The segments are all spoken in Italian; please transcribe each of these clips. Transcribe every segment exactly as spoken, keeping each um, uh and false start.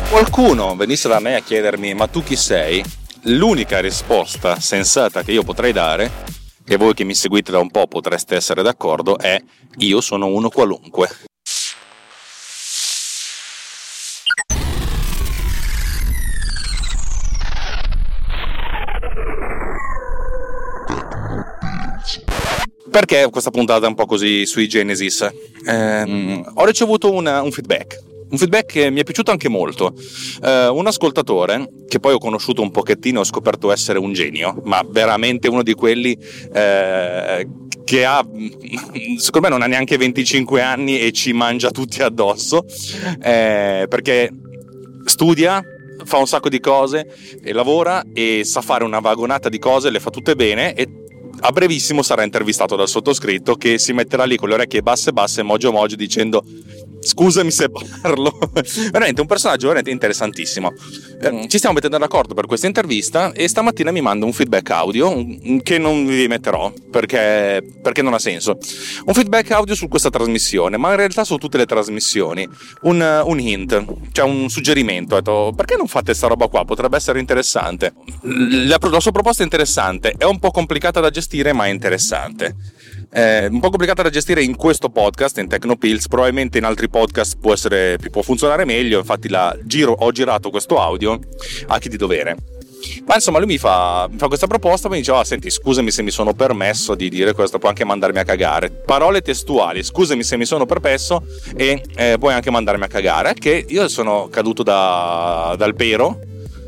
qualcuno venisse da me a chiedermi ma tu chi sei, l'unica risposta sensata che io potrei dare, e voi che mi seguite da un po' potreste essere d'accordo, è: io sono uno qualunque. Perché questa puntata è un po' così sui Genesis? Eh, ho ricevuto una, un feedback un feedback che mi è piaciuto anche molto. Eh, un ascoltatore che poi ho conosciuto un pochettino, ho scoperto essere un genio, ma veramente uno di quelli eh, che ha, secondo me non ha neanche venticinque anni e ci mangia tutti addosso, eh, perché studia, fa un sacco di cose e lavora e sa fare una vagonata di cose, le fa tutte bene, e a brevissimo sarà intervistato dal sottoscritto, che si metterà lì con le orecchie basse basse, mogio mogio, dicendo: scusami se parlo. Veramente un personaggio veramente interessantissimo. Eh, ci stiamo mettendo d'accordo per questa intervista e stamattina mi manda un feedback audio che non vi metterò perché, perché non ha senso. Un feedback audio su questa trasmissione, ma in realtà su tutte le trasmissioni. Un, un hint, cioè un suggerimento. Ho detto: perché non fate sta roba qua? Potrebbe essere interessante. La, la sua proposta è interessante, è un po' complicata da gestire, ma è interessante. È un po' complicata da gestire in questo podcast, in Tecnopills. Probabilmente in altri podcast può essere, può funzionare meglio. Infatti la giro, ho girato questo audio a chi di dovere. Ma insomma lui mi fa, mi fa questa proposta, mi dice: ah, senti, scusami se mi sono permesso di dire questo, puoi anche mandarmi a cagare. Parole testuali: scusami se mi sono permesso e eh, puoi anche mandarmi a cagare. Che io sono caduto da, dal pero.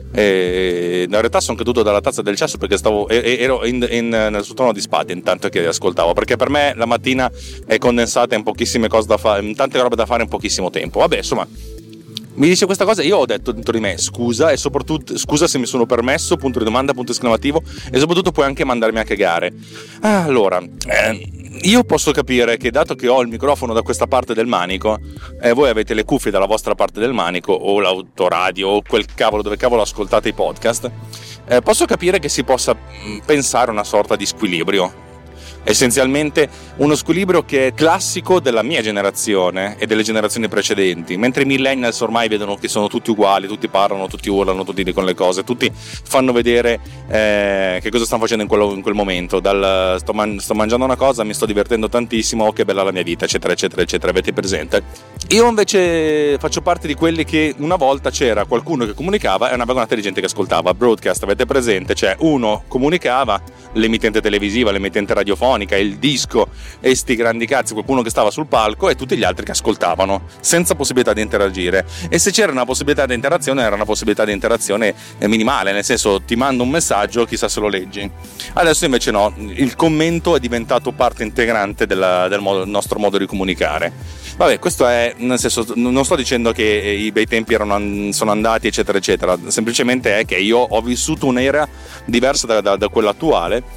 E in realtà sono caduto dalla tazza del cesso perché stavo ero in, in, nel sottotono di spade intanto che ascoltavo, perché per me la mattina è condensata in pochissime cose da fare, in tante robe da fare in pochissimo tempo. Vabbè, insomma, mi dice questa cosa, io ho detto dentro di me: scusa, e soprattutto scusa se mi sono permesso, punto di domanda, punto esclamativo, e soprattutto puoi anche mandarmi a cagare. Ah, allora, eh, io posso capire che, dato che ho il microfono da questa parte del manico e eh, voi avete le cuffie dalla vostra parte del manico, o l'autoradio, o quel cavolo dove cavolo ascoltate i podcast, eh, posso capire che si possa pensare una sorta di squilibrio. Essenzialmente uno squilibrio che è classico della mia generazione e delle generazioni precedenti, mentre i millennials ormai vedono che sono tutti uguali, tutti parlano, tutti urlano, tutti dicono le cose, tutti fanno vedere eh, che cosa stanno facendo in, quello, in quel momento, dal sto, man- sto mangiando una cosa, mi sto divertendo tantissimo, oh, che bella la mia vita, eccetera eccetera eccetera. Avete presente? Io invece faccio parte di quelli che una volta c'era qualcuno che comunicava e una vagonata di gente che ascoltava. Broadcast, avete presente? Cioè uno comunicava, l'emittente televisiva, l'emittente radiofonica, il disco e sti grandi cazzi, qualcuno che stava sul palco e tutti gli altri che ascoltavano senza possibilità di interagire. E se c'era una possibilità di interazione, era una possibilità di interazione minimale, nel senso: ti mando un messaggio, chissà se lo leggi. Adesso invece no, il commento è diventato parte integrante della, del modo, nostro modo di comunicare. Vabbè, questo è, nel senso, non sto dicendo che i bei tempi erano, sono andati eccetera eccetera, semplicemente è che io ho vissuto un'era diversa da, da, da quella attuale.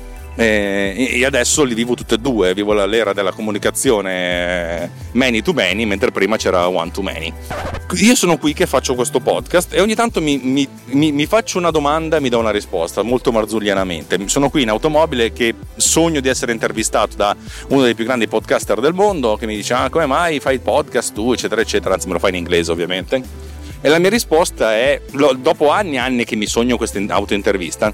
E adesso li vivo tutte e due, vivo l'era della comunicazione many to many, mentre prima c'era one to many. Io sono qui che faccio questo podcast e ogni tanto mi, mi, mi, mi faccio una domanda e mi do una risposta molto marzullianamente. Sono qui in automobile che sogno di essere intervistato da uno dei più grandi podcaster del mondo, che mi dice: ah, come mai fai il podcast tu, eccetera eccetera, anzi me lo fai in inglese ovviamente. E la mia risposta è, dopo anni e anni che mi sogno questa autointervista,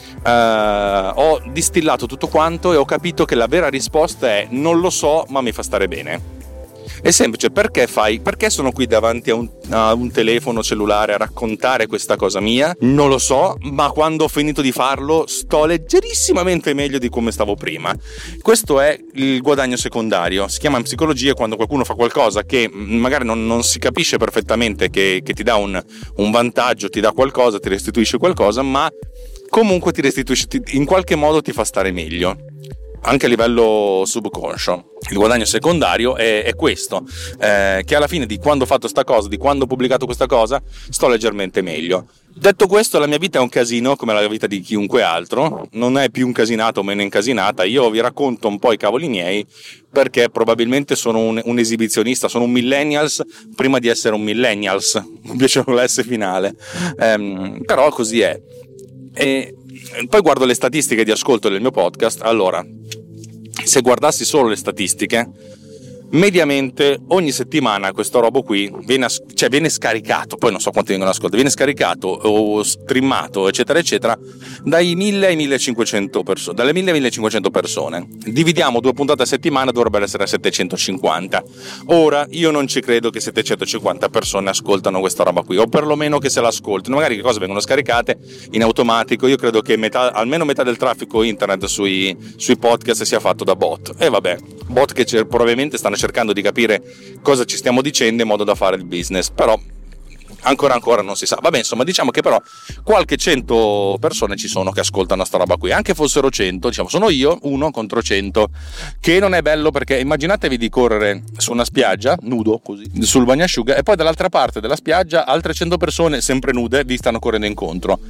Uh, ho distillato tutto quanto e ho capito che la vera risposta è: non lo so, ma mi fa stare bene. È semplice. Perché fai? Perché sono qui davanti a un, a un telefono cellulare a raccontare questa cosa mia? Non lo so, ma quando ho finito di farlo sto leggerissimamente meglio di come stavo prima. Questo è il guadagno secondario. Si chiama in psicologia quando qualcuno fa qualcosa che magari non, non si capisce perfettamente, che, che ti dà un, un vantaggio, ti dà qualcosa, ti restituisce qualcosa, ma comunque ti restituisce, in qualche modo ti fa stare meglio, anche a livello subconscio. Il guadagno secondario è, è questo, eh, che alla fine di quando ho fatto sta cosa, di quando ho pubblicato questa cosa, sto leggermente meglio. Detto questo, la mia vita è un casino come la vita di chiunque altro, non è più incasinato o meno incasinata. Io vi racconto un po' i cavoli miei, perché probabilmente sono un, un esibizionista, sono un millennials prima di essere un millennials, mi piace l'S finale, ehm, però così è. E poi guardo le statistiche di ascolto del mio podcast. Allora, se guardassi solo le statistiche, mediamente ogni settimana questo robo qui viene, cioè viene scaricato, poi non so quanti vengono ascoltati, viene scaricato o streamato eccetera eccetera dai mille ai millecinquecento persone, dalle mille ai millecinquecento persone. Dividiamo due puntate a settimana, dovrebbero essere settecentocinquanta. Ora io non ci credo che settecentocinquanta persone ascoltano questa roba qui, o perlomeno che se l'ascoltano. Magari che cose vengono scaricate in automatico. Io credo che metà, almeno metà del traffico internet sui, sui podcast sia fatto da bot, e vabbè, bot che probabilmente stanno cercando di capire cosa ci stiamo dicendo in modo da fare il business, però ancora ancora non si sa. Vabbè, insomma, diciamo che però qualche cento persone ci sono che ascoltano sta roba qui, anche fossero cento, diciamo, sono io uno contro cento, che non è bello, perché immaginatevi di correre su una spiaggia nudo così sul bagnasciuga e poi dall'altra parte della spiaggia altre cento persone sempre nude vi stanno correndo incontro.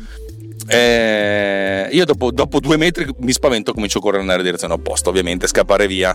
Eh, io dopo, dopo due metri mi spavento, comincio a correre nella direzione opposta, ovviamente scappare via.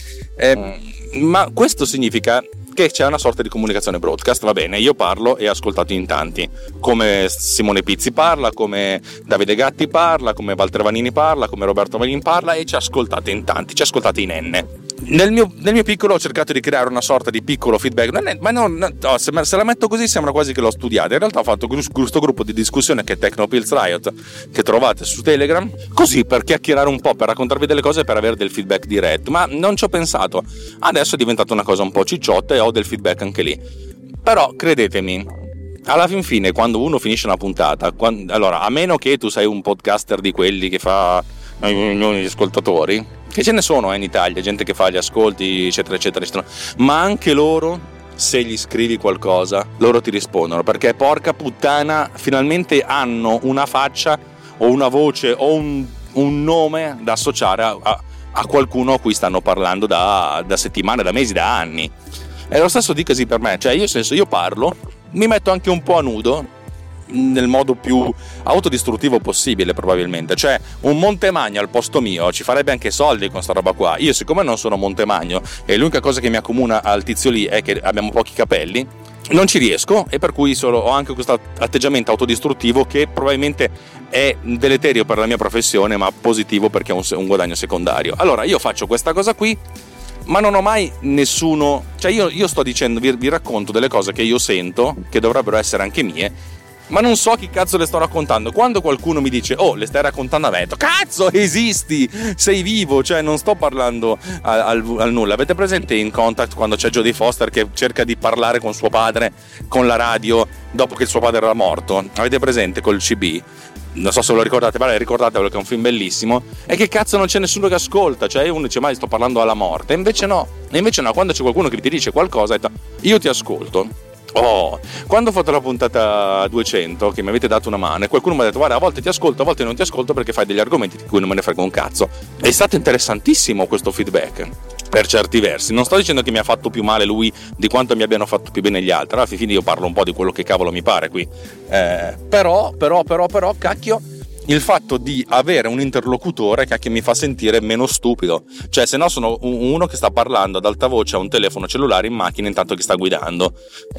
Eh, ma questo significa che c'è una sorta di comunicazione broadcast. Va bene, io parlo e ascoltato in tanti, come Simone Pizzi parla, come Davide Gatti parla, come Walter Vanini parla, come Roberto Vanini parla, e ci ascoltate in tanti, ci ascoltate in N. Nel mio, nel mio piccolo ho cercato di creare una sorta di piccolo feedback, non è, ma non, no, se, se la metto così sembra quasi che l'ho studiata. In realtà ho fatto questo gruppo di discussione che è Technopills Riot, che trovate su Telegram, così per chiacchierare un po', per raccontarvi delle cose e per avere del feedback diretto. Ma non ci ho pensato, adesso è diventata una cosa un po' cicciotta e ho del feedback anche lì. Però credetemi, alla fin fine, quando uno finisce una puntata, quando, allora, a meno che tu sei un podcaster di quelli che fa milioni di ascoltatori, che ce ne sono eh, in Italia, gente che fa gli ascolti eccetera eccetera eccetera, ma anche loro, se gli scrivi qualcosa loro ti rispondono, perché porca puttana finalmente hanno una faccia o una voce o un, un nome da associare a, a, a qualcuno a cui stanno parlando da, da settimane, da mesi, da anni. È lo stesso dicasi per me, cioè io, senso, io parlo, mi metto anche un po' a nudo nel modo più autodistruttivo possibile, probabilmente. Cioè, un Montemagno al posto mio ci farebbe anche soldi con sta roba qua. Io, siccome non sono Montemagno e l'unica cosa che mi accomuna al tizio lì è che abbiamo pochi capelli, non ci riesco, e per cui solo, ho anche questo atteggiamento autodistruttivo che probabilmente è deleterio per la mia professione, ma positivo perché è un, un guadagno secondario. Allora io faccio questa cosa qui, ma non ho mai nessuno, cioè io, io sto dicendo, vi, vi racconto delle cose che io sento che dovrebbero essere anche mie, ma non so chi cazzo le sto raccontando. Quando qualcuno mi dice oh, le stai raccontando a me, detto, cazzo, esisti, sei vivo, cioè non sto parlando al, al, al nulla. Avete presente in Contact quando c'è Jodie Foster che cerca di parlare con suo padre con la radio dopo che il suo padre era morto? Avete presente col C B? Non so se ve lo ricordate, ma ricordatevelo che è un film bellissimo. E che cazzo non c'è nessuno che ascolta, cioè uno dice ma sto parlando alla morte, e invece no, e invece no, quando c'è qualcuno che ti dice qualcosa, detto, io ti ascolto. Oh, quando ho fatto la puntata duecento, che mi avete dato una mano, e qualcuno mi ha detto guarda, a volte ti ascolto, a volte non ti ascolto perché fai degli argomenti di cui non me ne frega un cazzo. È stato interessantissimo questo feedback, per certi versi. Non sto dicendo che mi ha fatto più male lui di quanto mi abbiano fatto più bene gli altri. Alla fine io parlo un po' di quello che cavolo mi pare qui, eh, però, però, però, però, cacchio, il fatto di avere un interlocutore che mi fa sentire meno stupido. Cioè, se no sono uno che sta parlando ad alta voce a un telefono cellulare in macchina intanto che sta guidando,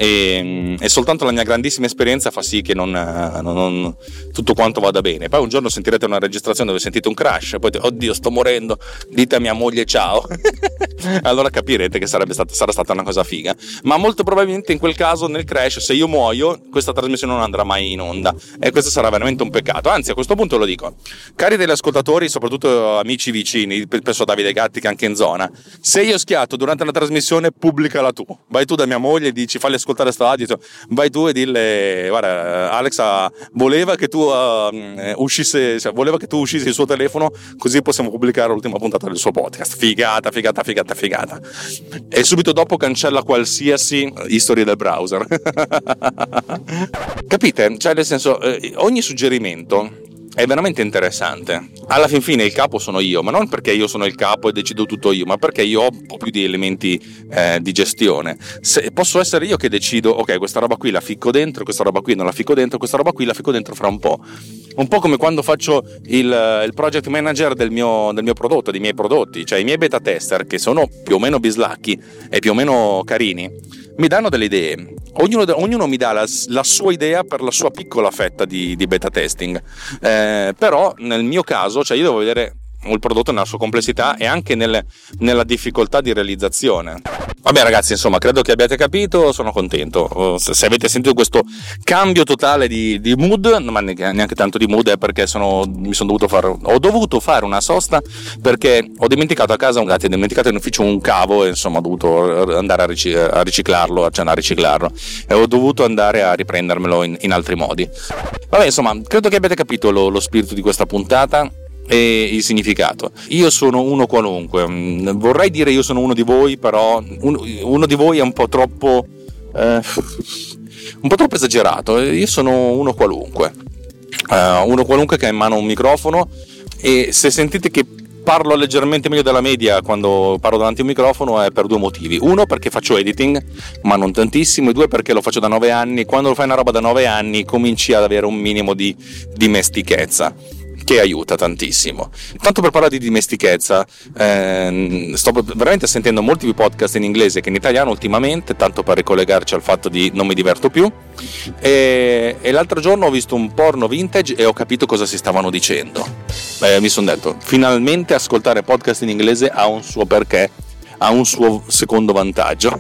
e, e soltanto la mia grandissima esperienza fa sì che non, non, non tutto quanto vada bene. Poi un giorno sentirete una registrazione dove sentite un crash, poi dite, oddio sto morendo, dite a mia moglie ciao allora capirete che sarebbe stata, sarà stata una cosa figa. Ma molto probabilmente in quel caso, nel crash, se io muoio, questa trasmissione non andrà mai in onda, e questo sarà veramente un peccato. Anzi, a questo punto lo dico, cari degli ascoltatori, soprattutto amici vicini, penso a Davide Gatti che è anche in zona, se io schiatto durante la trasmissione, pubblicala tu, vai tu da mia moglie e dici, falli ascoltare sto audio, vai tu e dille guarda, Alexa voleva che tu uh, uscisse, cioè, voleva che tu uscissi il suo telefono così possiamo pubblicare l'ultima puntata del suo podcast. Figata, figata, figata, figata. E subito dopo cancella qualsiasi history del browser. Capite? Cioè, nel senso, eh, ogni suggerimento è veramente interessante. Alla fin fine il capo sono io, ma non perché io sono il capo e decido tutto io, ma perché io ho un po' più di elementi eh, di gestione. Se, posso essere io che decido, ok, questa roba qui la ficco dentro, questa roba qui non la ficco dentro, questa roba qui la ficco dentro fra un po'. Un po' come quando faccio il, il project manager del mio, del mio prodotto, dei miei prodotti, cioè i miei beta tester, che sono più o meno bislacchi e più o meno carini, mi danno delle idee. Ognuno, ognuno mi dà la, la sua idea per la sua piccola fetta di, di beta testing, eh, però nel mio caso, cioè io devo vedere o il prodotto nella sua complessità e anche nel, nella difficoltà di realizzazione. Vabbè ragazzi, insomma, credo che abbiate capito, sono contento. Se avete sentito questo cambio totale di, di mood, ma neanche tanto di mood, è perché sono, mi sono dovuto fare, ho dovuto fare una sosta perché ho dimenticato a casa, ho dimenticato in ufficio un cavo e insomma ho dovuto andare a, ric- a riciclarlo, cioè a riciclarlo e ho dovuto andare a riprendermelo in, in altri modi. Vabbè, insomma, credo che abbiate capito lo, lo spirito di questa puntata e il significato. Io sono uno qualunque, vorrei dire io sono uno di voi, però uno, uno di voi è un po' troppo eh, un po' troppo esagerato. Io sono uno qualunque, uh, uno qualunque che ha in mano un microfono, e se sentite che parlo leggermente meglio della media quando parlo davanti a un microfono è per due motivi: uno, perché faccio editing ma non tantissimo, e due, perché lo faccio da nove anni. Quando lo fai una roba da nove anni cominci ad avere un minimo di dimestichezza, che aiuta tantissimo. Tanto per parlare di dimestichezza, ehm, sto veramente sentendo molti più podcast in inglese che in italiano ultimamente, tanto per ricollegarci al fatto di non mi diverto più, e, e l'altro giorno ho visto un porno vintage e ho capito cosa si stavano dicendo. Eh, mi sono detto, finalmente ascoltare podcast in inglese ha un suo perché, ha un suo secondo vantaggio.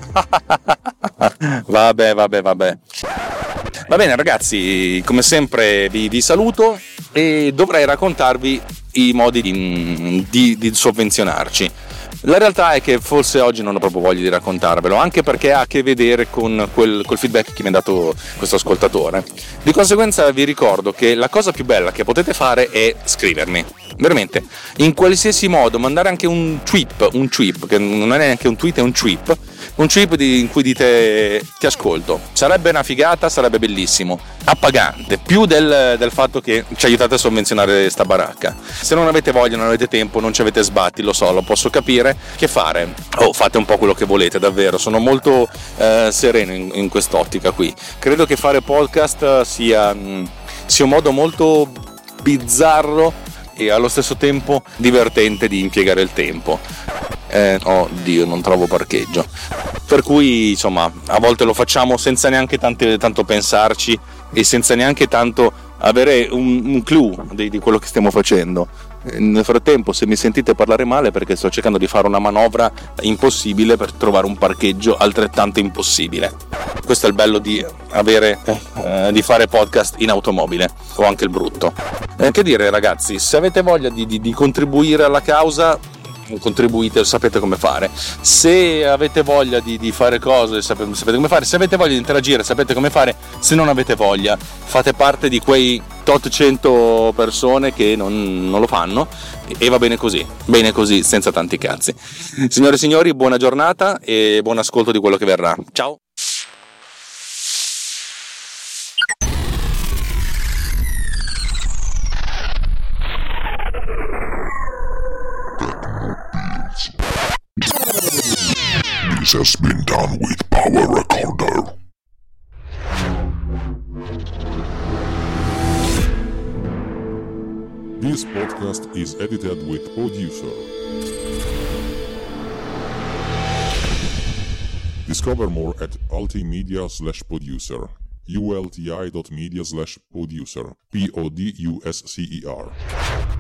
vabbè vabbè vabbè Va bene ragazzi, come sempre vi, vi saluto e dovrei raccontarvi i modi di, di, di sovvenzionarci. La realtà è che forse oggi non ho proprio voglia di raccontarvelo, anche perché ha a che vedere con quel, col feedback che mi ha dato questo ascoltatore. Di conseguenza vi ricordo che la cosa più bella che potete fare è scrivermi, veramente, in qualsiasi modo, mandare anche un tweet, un tweet, che non è neanche un tweet, è un tweet, un tweet di, in cui dite ti ascolto. Sarebbe una figata, sarebbe bellissimo, appagante, più del, del fatto che ci aiutate a sovvenzionare sta baracca. Se non avete voglia, non avete tempo, non ci avete sbatti, lo so, lo posso capire, che fare? Oh, fate un po' quello che volete, davvero, sono molto eh, sereno in, in quest'ottica qui. Credo che fare podcast sia, mh, sia un modo molto bizzarro e allo stesso tempo divertente di impiegare il tempo. Eh, oh Dio, non trovo parcheggio. Per cui insomma a volte lo facciamo senza neanche tante, tanto pensarci e senza neanche tanto avere un, un clue di, di quello che stiamo facendo. Nel frattempo, se mi sentite parlare male, perché sto cercando di fare una manovra impossibile per trovare un parcheggio altrettanto impossibile. Questo è il bello di avere eh, di fare podcast in automobile, o anche il brutto. Eh, che dire ragazzi, se avete voglia di, di, di contribuire alla causa, contribuite, sapete come fare. Se avete voglia di, di fare cose, sapete, sapete come fare. Se avete voglia di interagire, sapete come fare. Se non avete voglia, fate parte di quei tot cento persone che non, non lo fanno, e va bene così, bene così, senza tanti cazzi. Signore e signori, buona giornata e buon ascolto di quello che verrà. Ciao. This has been done with Power Recorder. This podcast is edited with Producer. Discover more at ultimedia slash producer. ulti dot media slash producer. P O D U S C E R.